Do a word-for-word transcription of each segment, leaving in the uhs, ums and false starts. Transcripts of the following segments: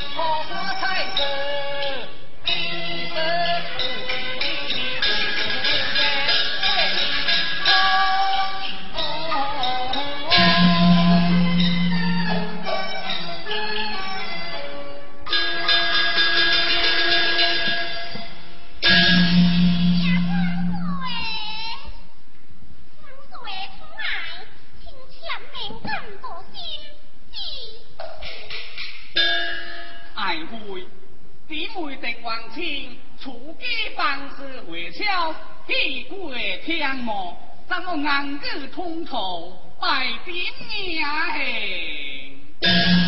咱我硬句通途拜点呀嘿！ 亲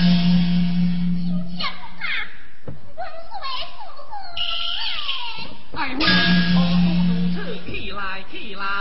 切不怕，温水夫妇哎，我何故如此？起来，起来！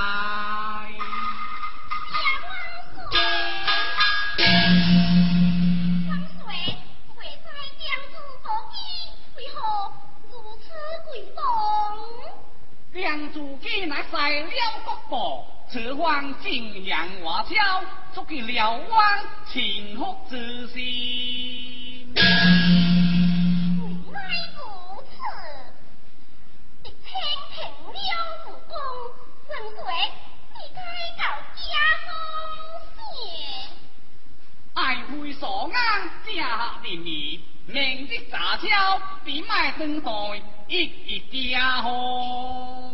温水未在江主所记，为何如此贵重？ 梁主机乃塞了国宝。此番景阳华侨，足以瞭望情福之心。 原来如此，一清平了武功，温水你该到家中先。 爱会所安家下人儿，明日杂交必卖登台，一一家红。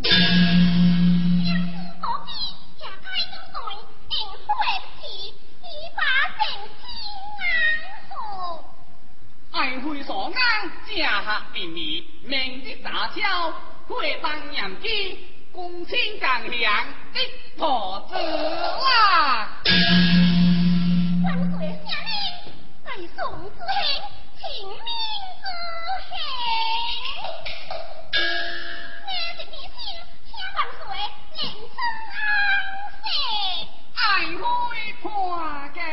爱会所安家下人儿，明日杂交会当严机，公卿càng响一破之啦。 万岁下令，拜宋之행请命之행我的弟兄，请万岁认真安息。 爱会破嘅。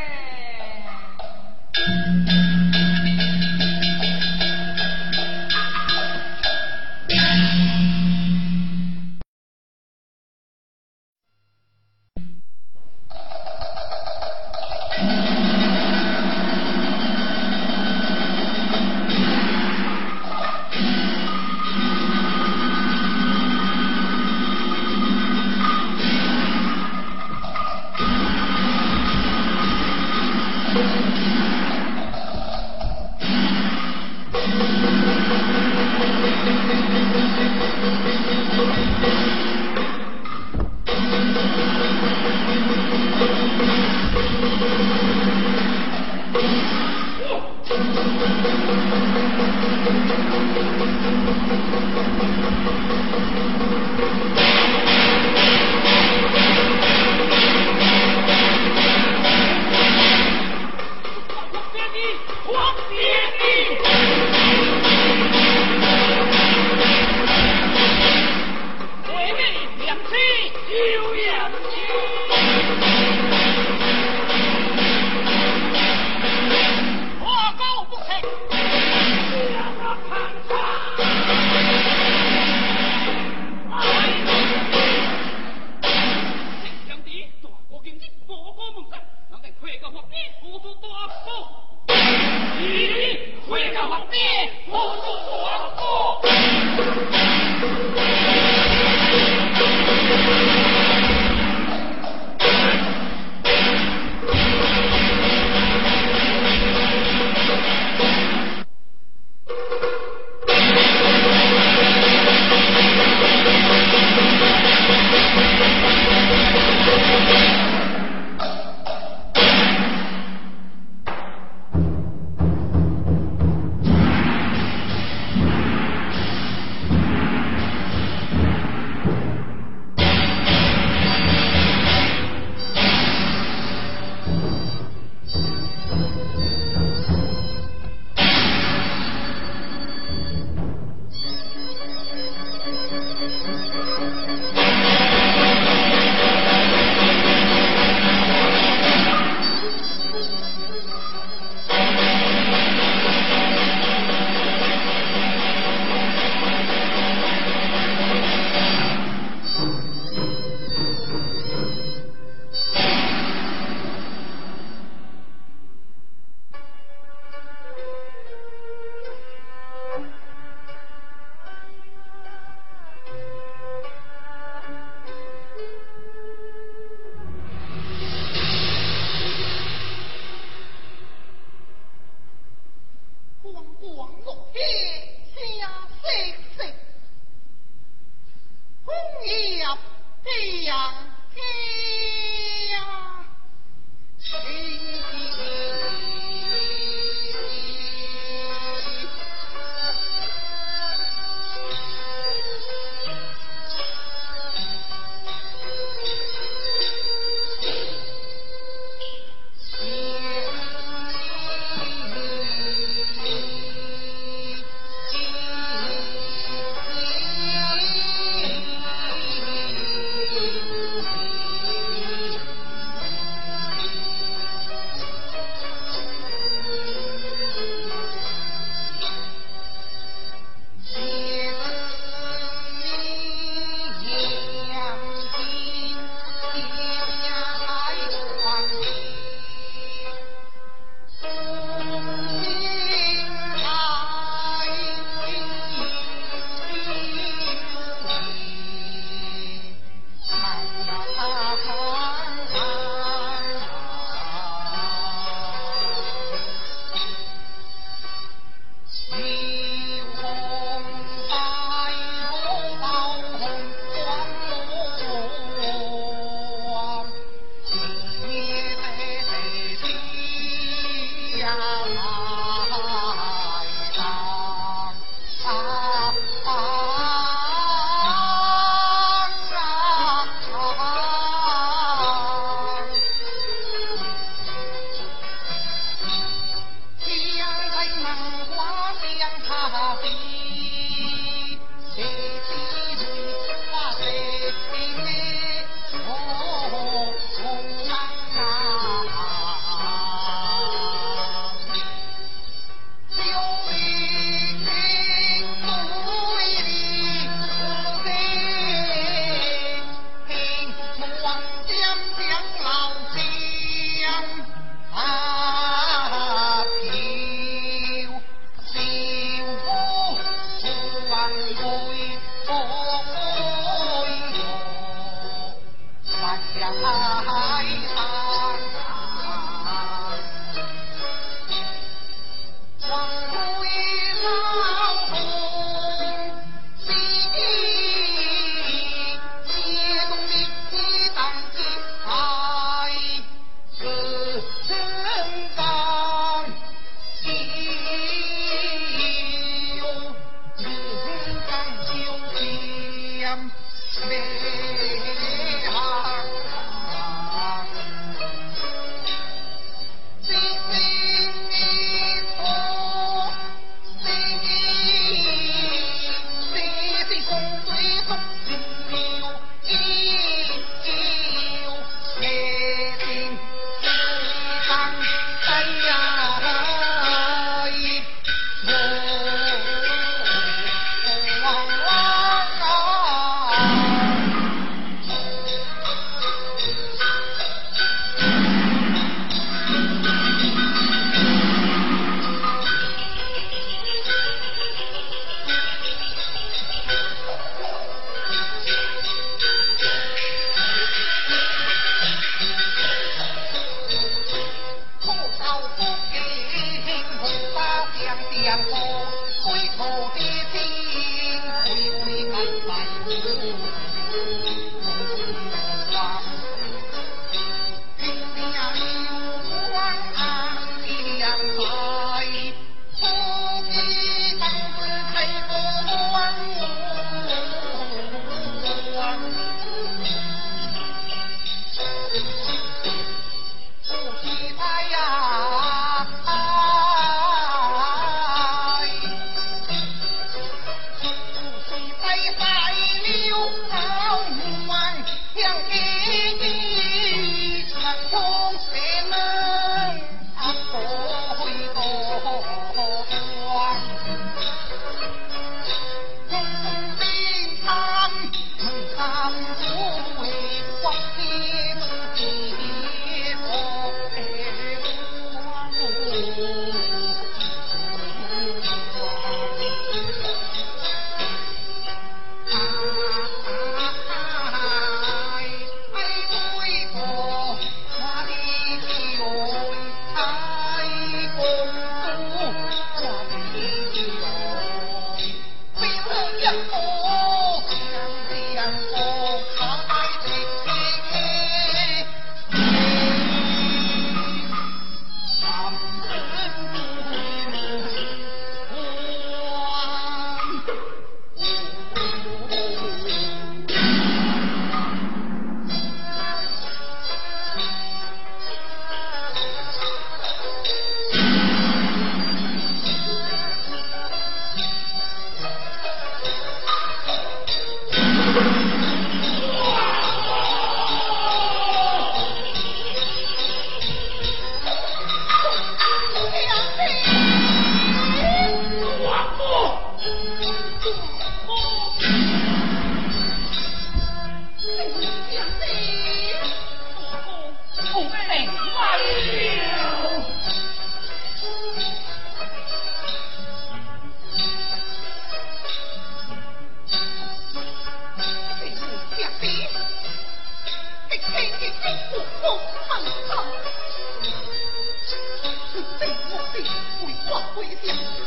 落叶下色色，红叶飞扬呀，青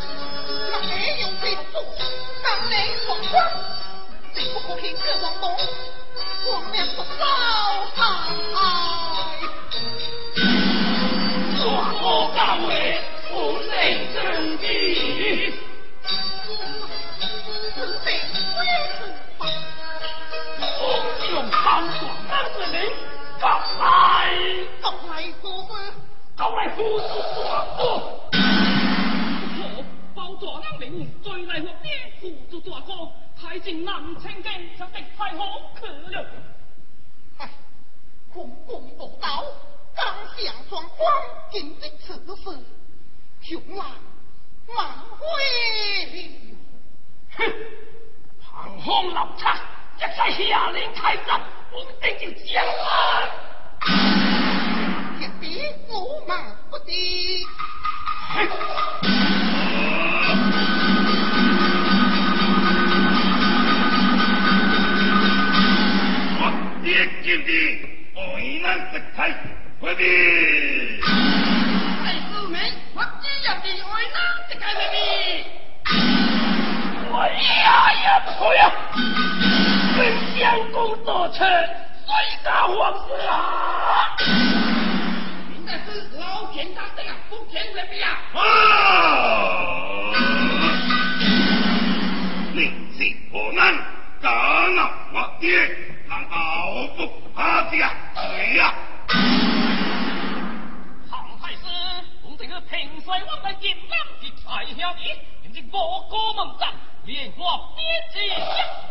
那没有民主，当内双光，谁不可凭这王东，王娘不老害。 大哥教诲，不能正义。 此地为此法， 我用三爽当之名，告来， 告来何事？ 告来夫子大哥。我包大人领追来我爹夫子大哥，太进南清境，将敌太可可了。 唉，孔公无道，刚想双光，今日此事，雄狼满会。 哼，行风流差，一切下令开战，我们定要将来。 天必我慢不敌。 我爹今日为难食开，回避。 太师明，我只要是为难这个回避。我呀呀退啊！本相公做车，谁家皇室啊？现在是老田大圣啊，不田回避啊！ 啊！你是何人？敢闹我爹，难道不怕家谁呀？ 唐太师，我们这个平西湾的金南的太晓得，现在我国门战，莲花边之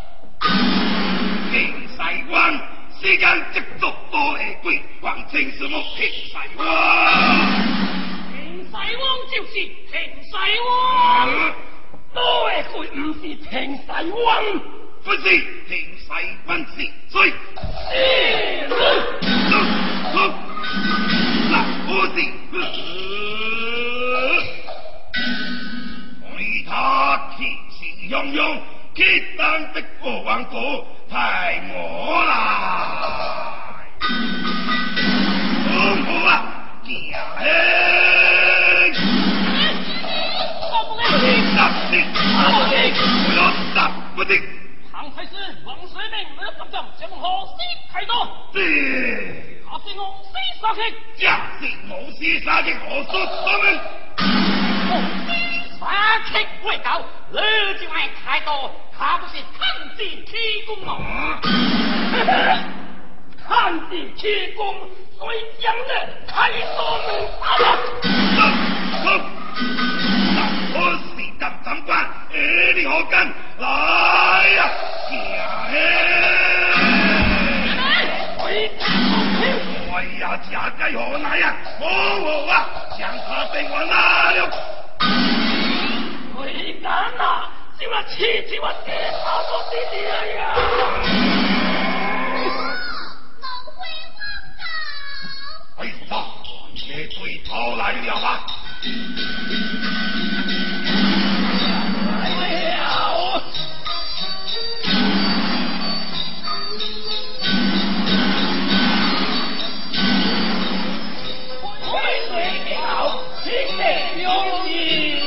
平西湾，时间直足多会贵，还称什么平西湾？ 平西湾就是平西湾，多会贵不是平西湾。 不是平西湾是谁？ 是走走，那不是。为他气势汹汹，去当的国王国派我来。好好啊，行嘿！ 我不能打的， 我不能我要打不的。 唐太师王水明二十将将门河西开刀， 对， 下是我西杀气， 假是我是杀的何所他们？ 我西杀气未到，你就爱开刀，他不是探地气功吗？探地气功，谁将的开刀门打了？ 走走，那我是当长官，哎，你何干？来呀，行嘿！ 回家放屁！ 哎呀，假该何来呀？我我啊，将他被我拿了。 回家呐，就那气气我爹他都弟弟了呀！ 老龟王哎呀，也对头来了吧？ 来了！回水平好，请得有意。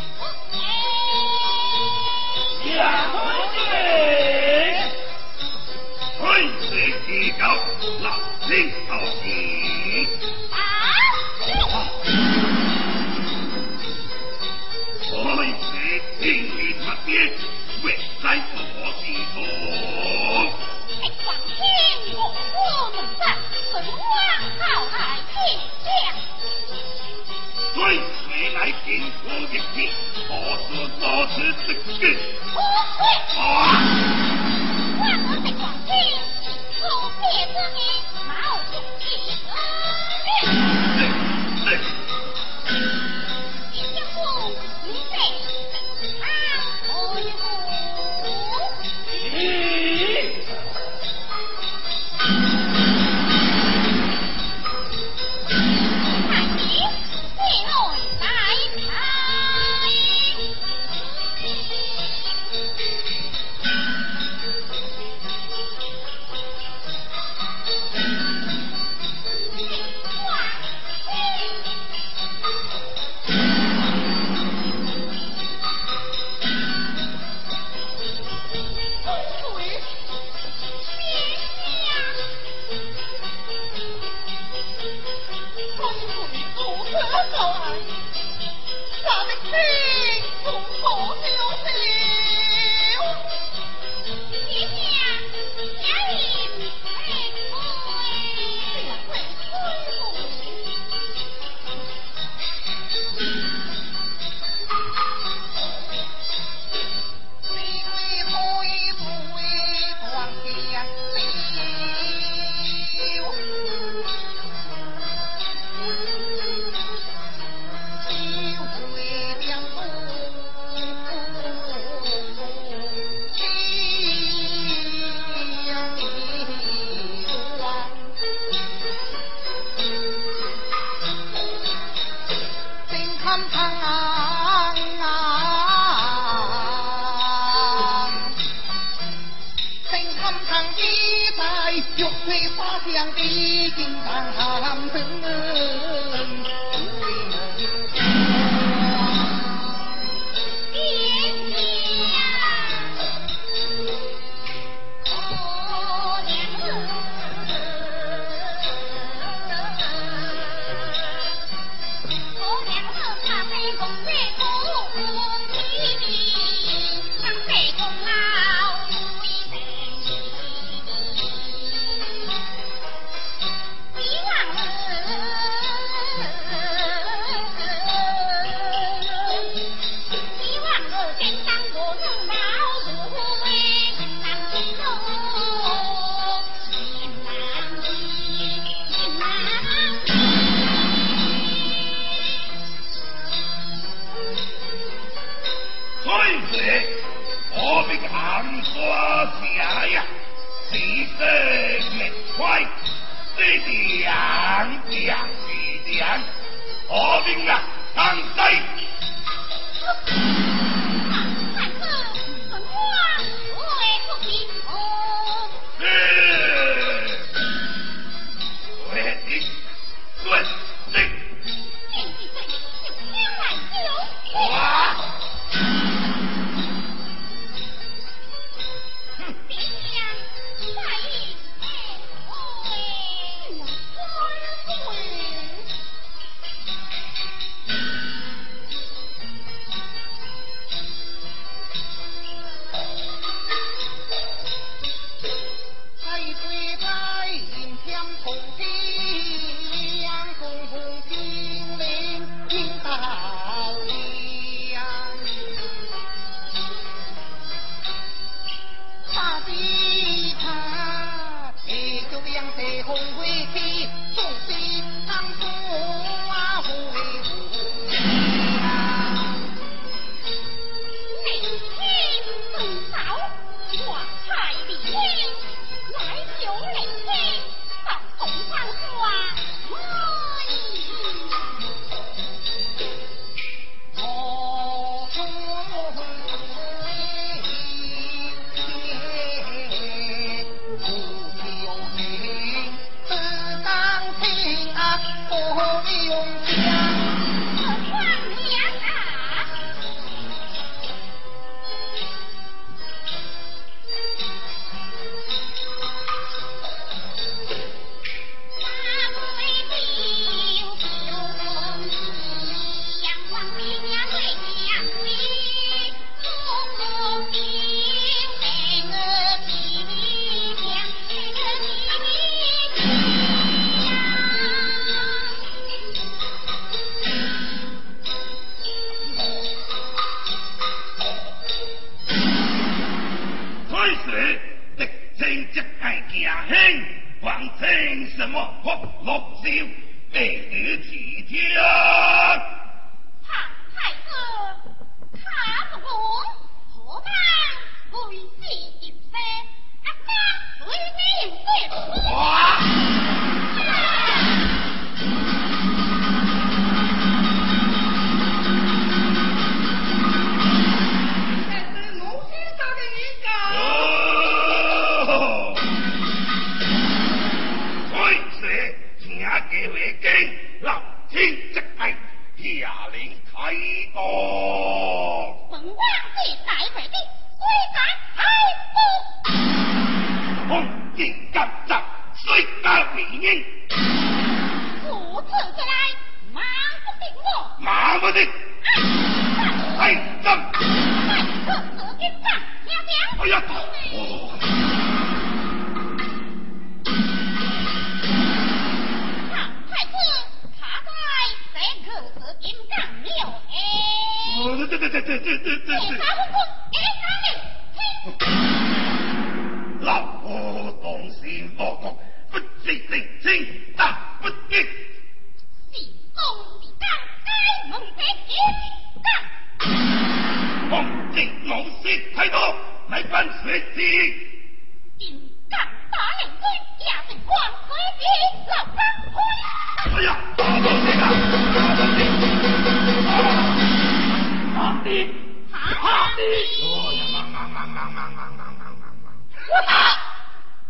下回见。 回水提高，老天到底。 啊！ 回水听你他爹，为在我心中。 哎，王天我我们战，本王好来请降。 对谁来进出一气？何时多此这个？ 不会， 啊！ 我我是王天，后别之名，冒出气而对对。 一相公，你得他回府。 咦？ 太医，前来拜拜。 相的金堂含生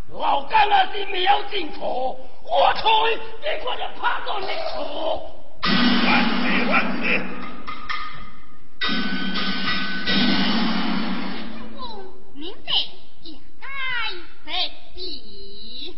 老干那是苗进口，我吹，结果就拍到你头。 万岁万岁！ 公明德也该设计。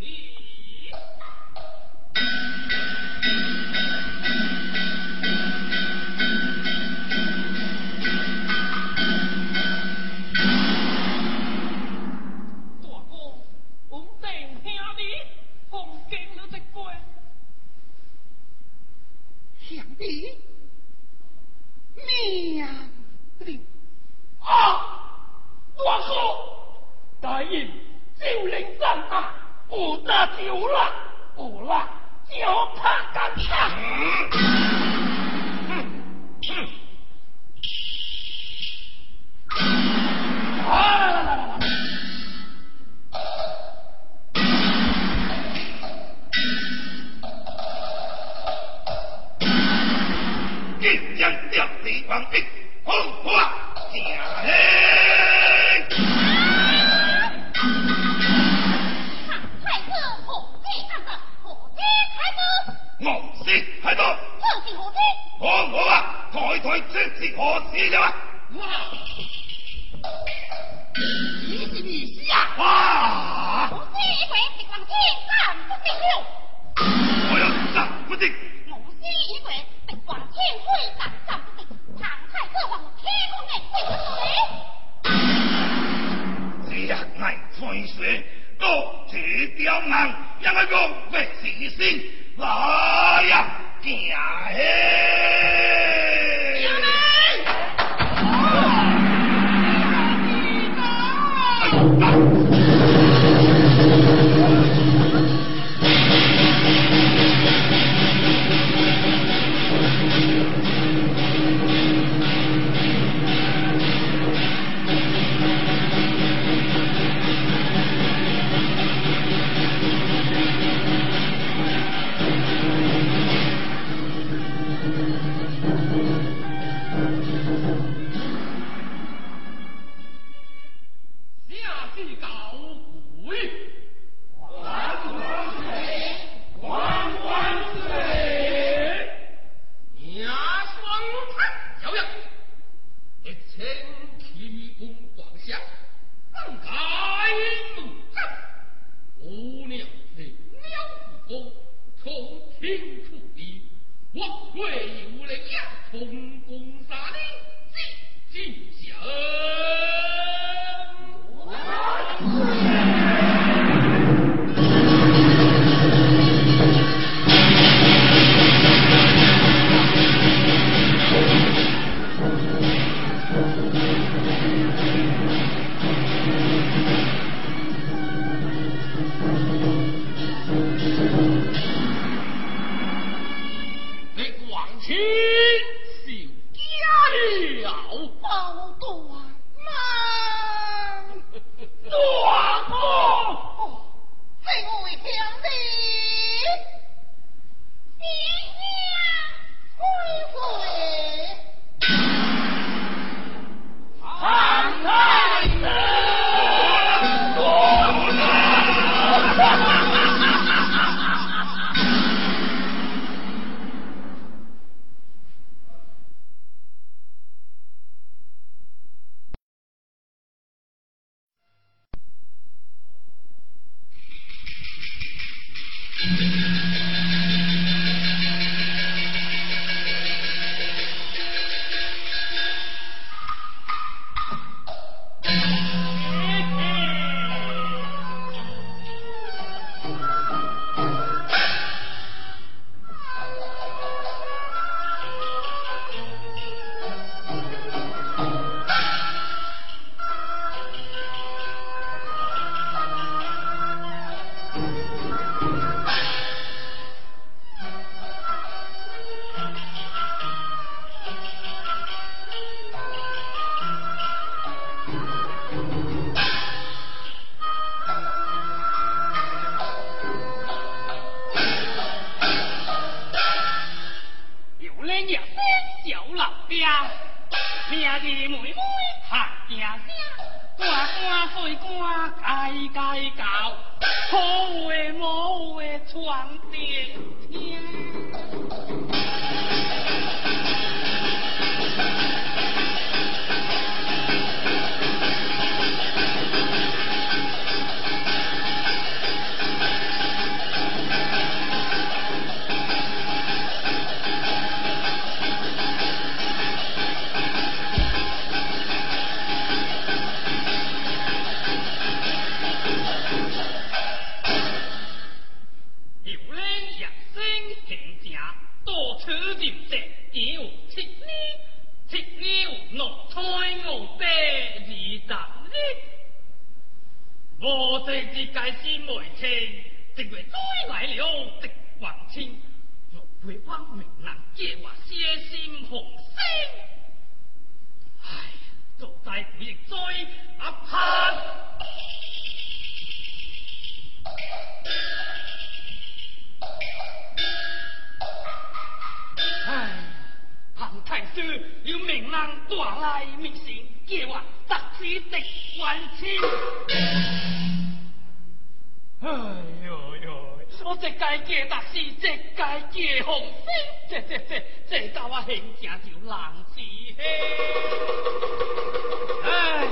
兄弟，娘的啊！大哥，大人就令战啊，不打就啦，不啦就怕干他。 嗯嗯。 啊！来来来来来。 一将掉地方兵，红花下嘿！ 太子何之看着，何之太子？ 我是太多， 这是何之？ 我我啊，抬抬这是何事了啊？ 哇！你是你是啊？ 哇！ 何之一回直往天上不定了。 我要上不定。 何之一回直往天会上上不定，唐太子王天公人会不出来。 这日爱吹水，多这刁硬，让我讲白死心，来呀，行嘿！ 小老爹，明日妹妹看见声， 官官水官该该教，好话无话传遍天。多处人者，已有七年，七年有六彩五百二十日。无这日该是未清，一月再来了的王清，若陪我明人借我写心红声。哎呀，坐在鬼亦追阿潘。哎，庞太师有命人带来密信，叫我特此的还清。哎呦呦，我这该嫁特使，这该嫁红星，这这这这到我现正就人是嘿。哎，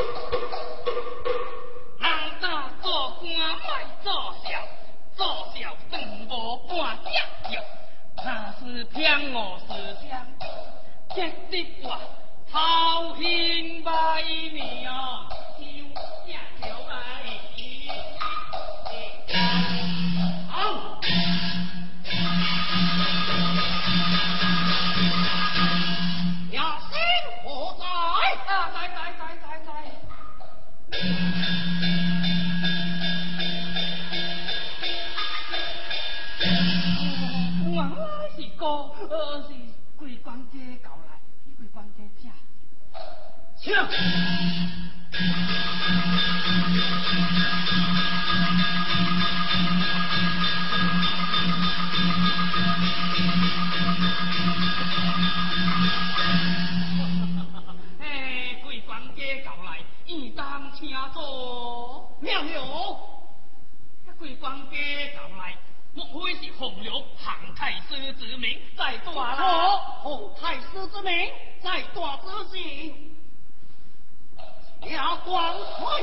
人打做官卖做小，做小算无半只药。那是骗我思想，结的话好兴百鸟，就下条来。好，雅兴何在？啊，在在在在在。原来是个，呃，是贵官家搞来，贵官家请。请。哎，贵官家搞来，应当请坐。妙有。贵官家搞来。莫非是奉了韩太师之命在带来？ 哦，奉太师之命在带之行，下官去。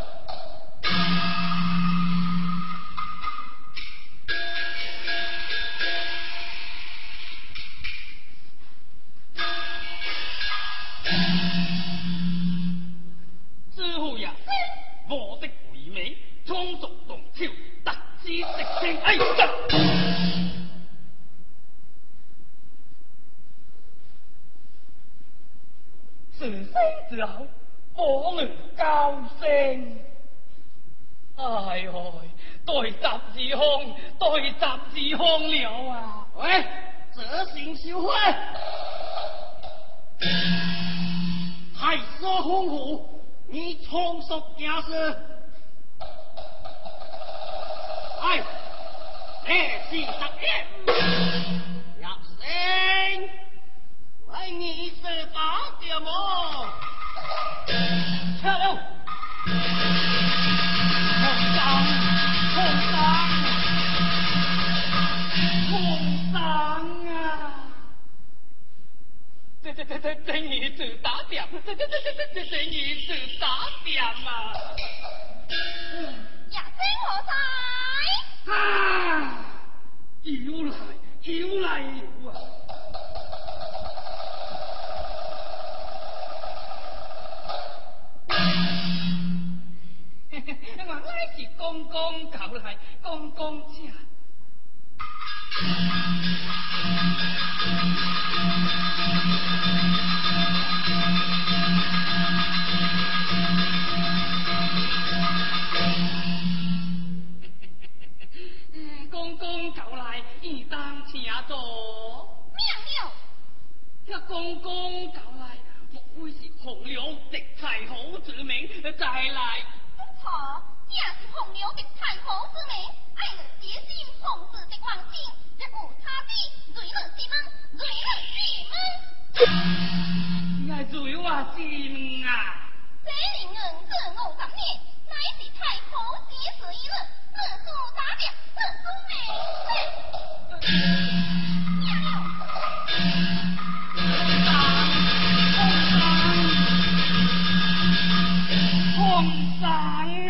知府也无的为名，冲作动手。特知直情哎呀！自生之后，我能高升。哎呦，对十字空，对十字空了啊！ 喂，这行修会，太师吩咐你从速行事。哎，这是十年，入城为你是打点么？撤了，皇上，皇上，皇上啊！这这这这这女子打点，这这这这这这这女子打点啊！ 亚星何在？ 啊！又来又来了啊！嘿嘿，原来是公公搞来，公公请。公公搞来，应当请坐。 妙了。 这公公搞来，莫非是红了狄太后之名再来？ 不错，正是奉了狄太后之名，爱了决心奉旨的王亲，一无差别，罪了西门，罪了西门。 你还罪我心啊！ 这灵儿正五十年，乃是太保七十一日，自主打点，自主美事。加油！ 皇上，啊！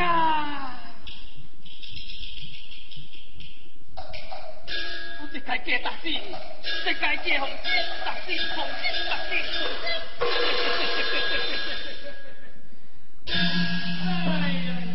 我这该嫁达死，这该嫁红心达死，红心达死。哎呀！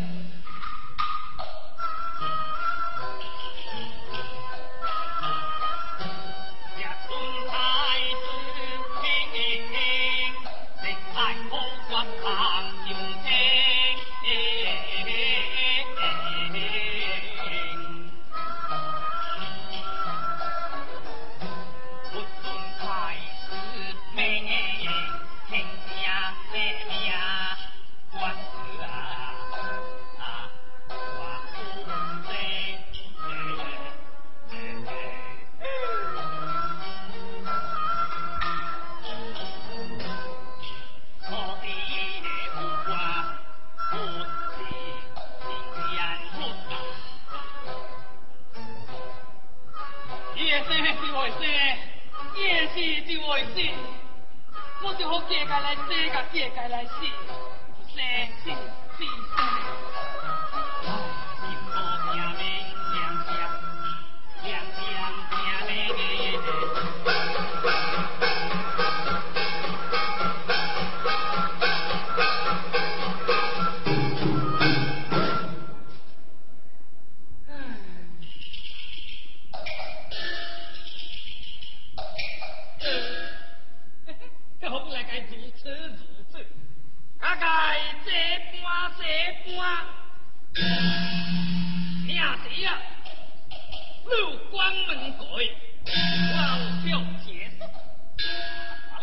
我就好借家来死，甲借家来死，死死死死。心可拼命，两两两两拼命。大概这半这半，兄弟啊，入关门鬼，老少结束，来，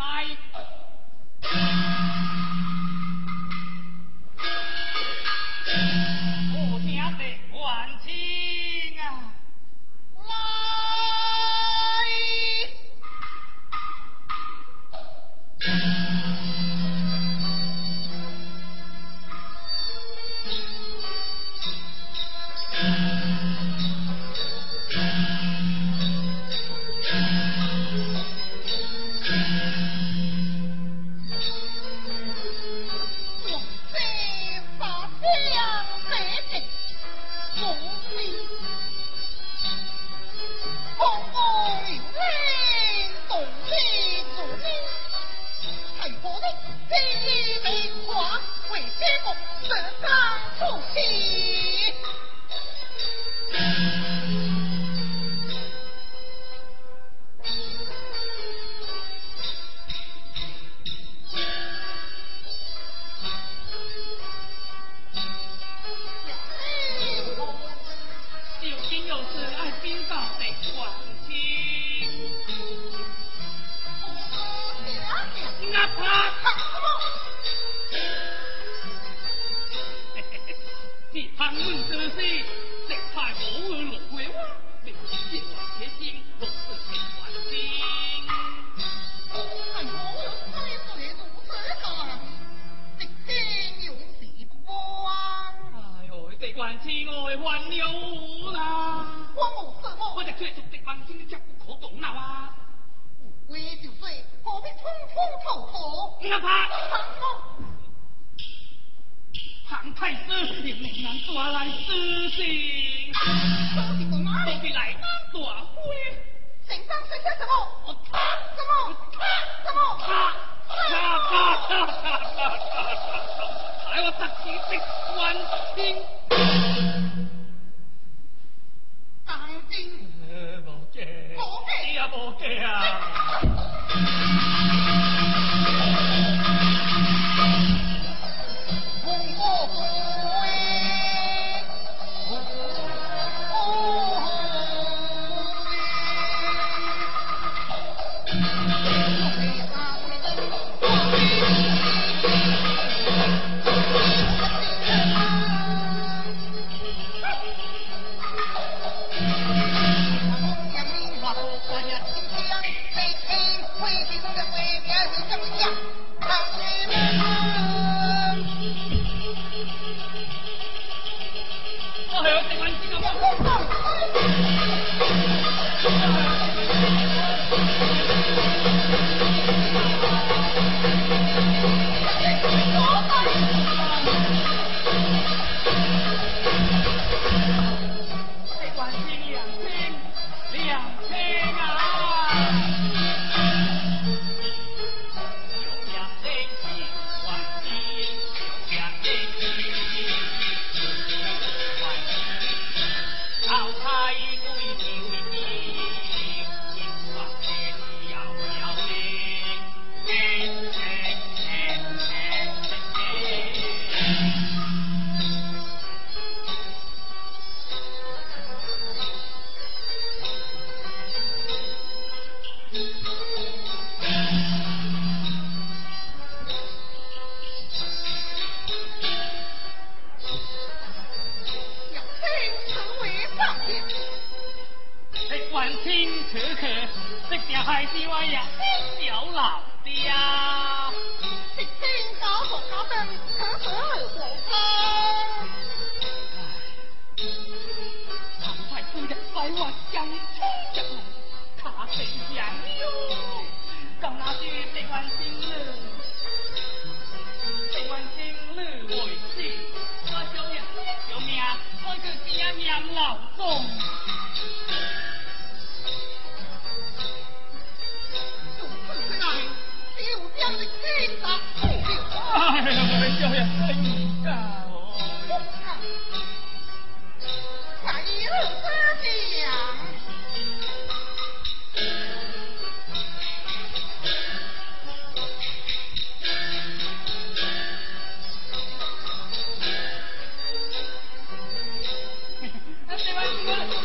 我听得万清啊， 来。 等可舍何方？ 常太夫人百万将出将来，他谁将哟？刚那句百万金女，百万金女为妻，我小娘小命，我个家娘老总。 将你气打不了！ 哎呀，我的小爷哎呀！ 快乐之讲。 这位哥。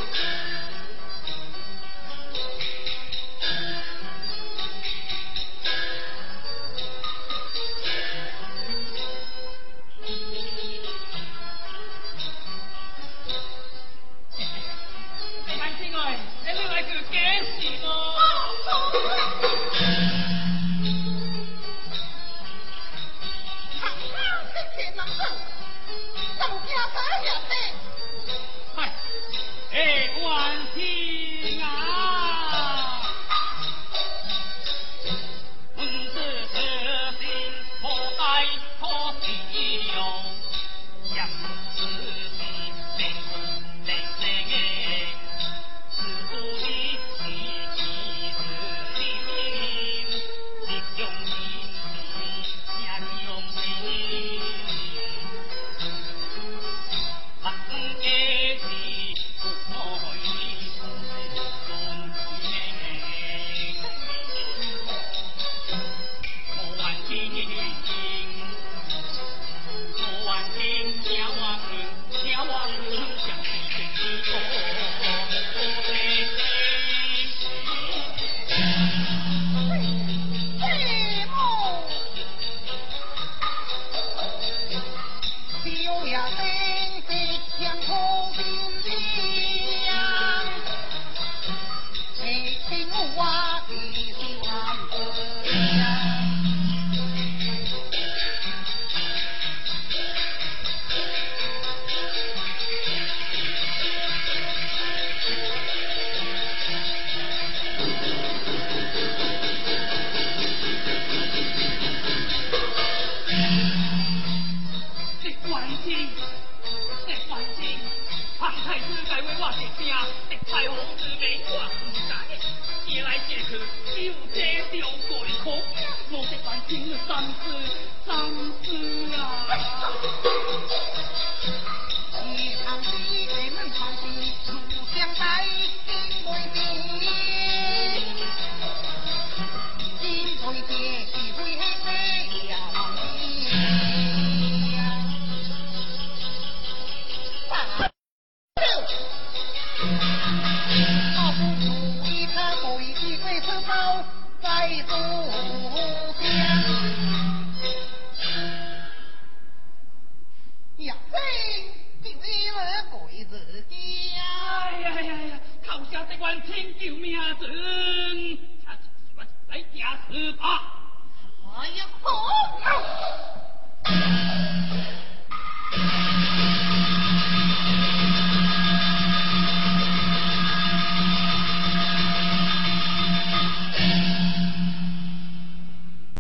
哎呀，好！